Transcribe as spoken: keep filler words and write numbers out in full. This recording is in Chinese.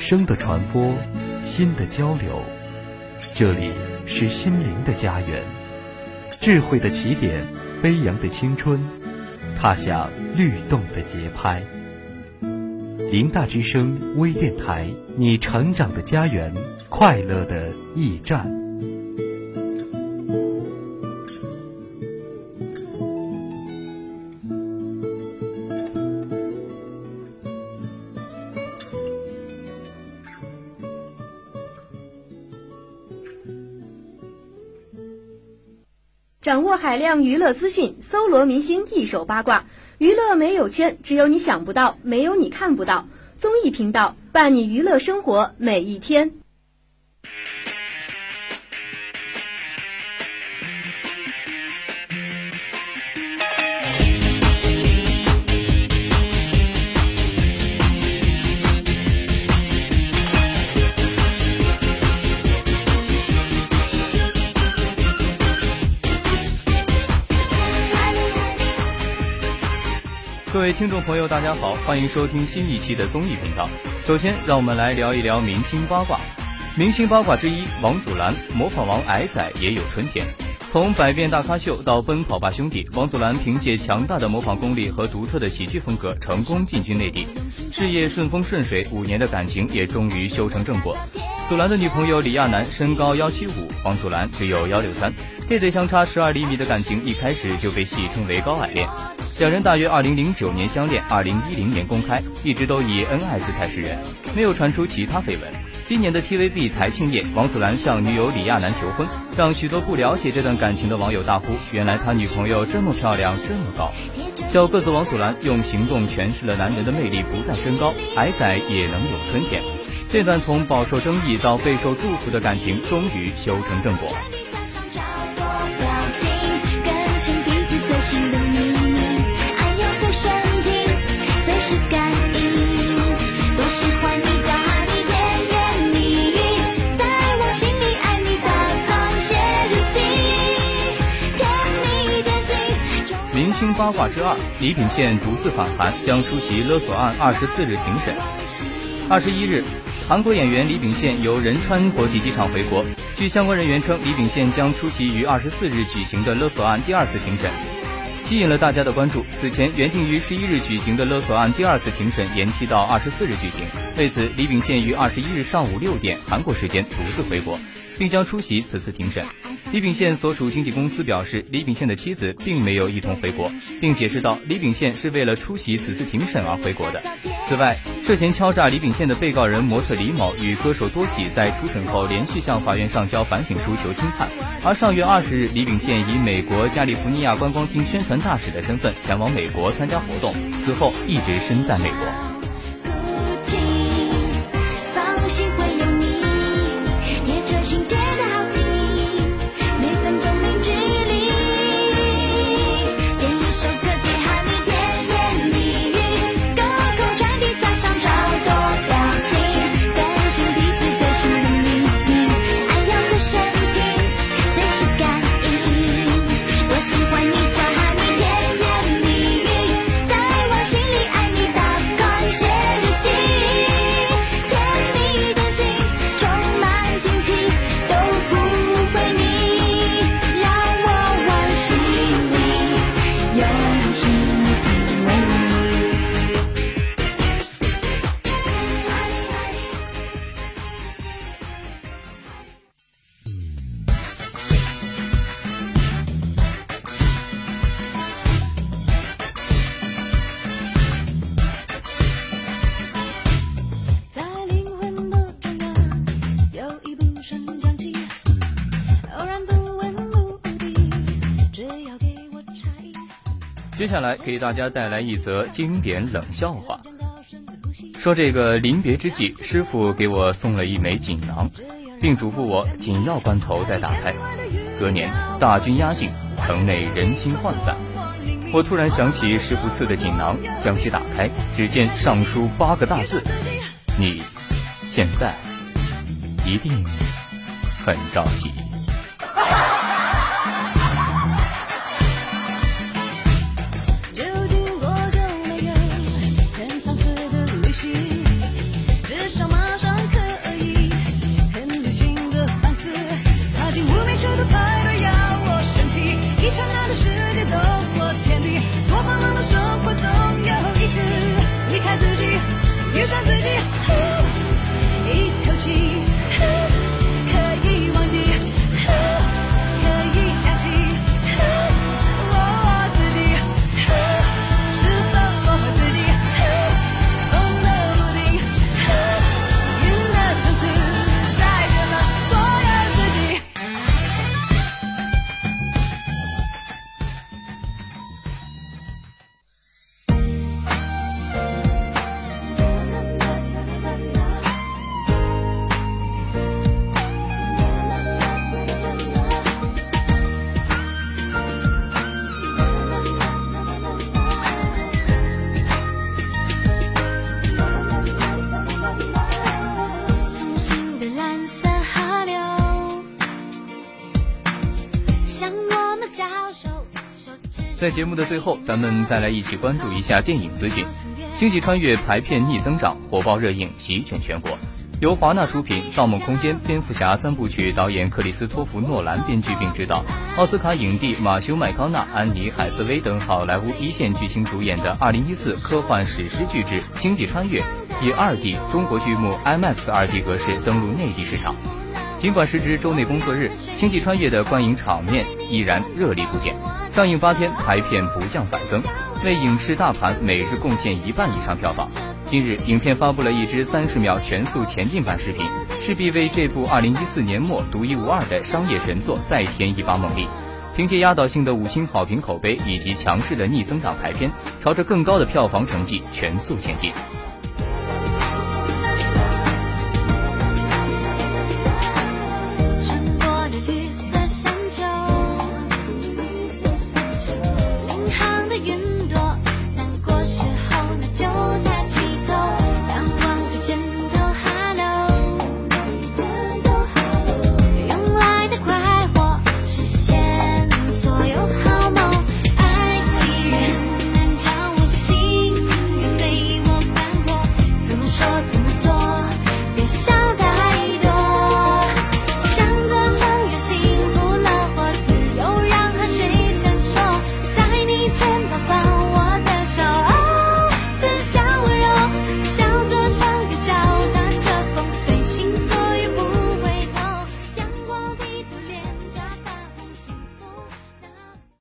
声的传播，心的交流。这里是心灵的家园，智慧的起点，飞扬的青春，踏响律动的节拍。林大之声微电台，你成长的家园，快乐的驿站。 掌握海量娱乐资讯，搜罗明星一手八卦。娱乐没有圈，只有你想不到，没有你看不到。综艺频道伴你娱乐生活每一天。 各位听众朋友大家好，欢迎收听新一期的综艺频道。首先让我们来聊一聊明星八卦。明星八卦之一，王祖蓝，模仿王矮仔也有春天。从百变大咖秀到奔跑吧兄弟，王祖蓝凭借强大的模仿功力和独特的喜剧风格成功进军内地，事业顺风顺水，五年的感情也终于修成正果。祖蓝的女朋友李亚男身高一七五，王祖蓝只有一六三，这对相差十二厘米的感情一开始就被戏称为高矮恋。两人大约二零零九年相恋，二零一零年公开，一直都以恩爱姿态示人，没有传出其他绯闻。今年的 T V B 台庆夜，王祖蓝向女友李亚男求婚，让许多不了解这段感情的网友大呼：原来他女朋友这么漂亮，这么高。小个子王祖蓝用行动诠释了男人的魅力不在身高，矮仔也能有春天。这段从饱受争议到备受祝福的感情终于修成正果。明星八卦之二，李秉宪独自访韩，将出席勒索案二十四日庭审。二十一日，韩国演员李秉宪由仁川国际机场回国。据相关人员称，李秉宪将出席于二十四日举行的勒索案第二次庭审，吸引了大家的关注。此前原定于十一日举行的勒索案第二次庭审延期到二十四日举行。为此，李秉宪于二十一日上午六点韩国时间独自回国，并将出席此次庭审。李秉宪所属经纪公司表示，李秉宪的妻子并没有一同回国，并解释到，李秉宪是为了出席此次庭审而回国的。此外，涉嫌敲诈李秉宪的被告人模特李某与歌手多喜在初审后连续向法院上交反省书求轻判。而上月二十日，李秉宪以美国加利福尼亚观光厅宣传大使的身份前往美国参加活动，此后一直身在美国。接下来给大家带来一则经典冷笑话。说这个临别之际，师傅给我送了一枚锦囊，并嘱咐我紧要关头再打开。隔年大军压境，城内人心涣散，我突然想起师傅赐的锦囊，将其打开，只见上书八个大字：你现在一定很着急。 只想马上在节目的最后，咱们再来一起关注一下电影资讯。星际穿越排片逆增长，火爆热映席卷全国。由华纳出品，《盗梦空间》、蝙蝠侠三部曲导演克里斯托弗·诺兰编剧并执导，奥斯卡影帝马修·麦康纳、安妮·海瑟薇等好莱坞一线巨星主演的二零一四科幻史诗巨制《星际穿越》，以 二 D 中国剧目 IMAX 二 D 格式登陆内地市场。尽管时值周内工作日，《星际穿越》的观影场面依然热力不减。上映八天，排片不降反增，为影视大盘每日贡献一半以上票房。今日，影片发布了一支三十秒全速前进版视频，势必为这部二零一四年末独一无二的商业神作再添一把猛力。凭借压倒性的五星好评口碑以及强势的逆增长排片，朝着更高的票房成绩全速前进。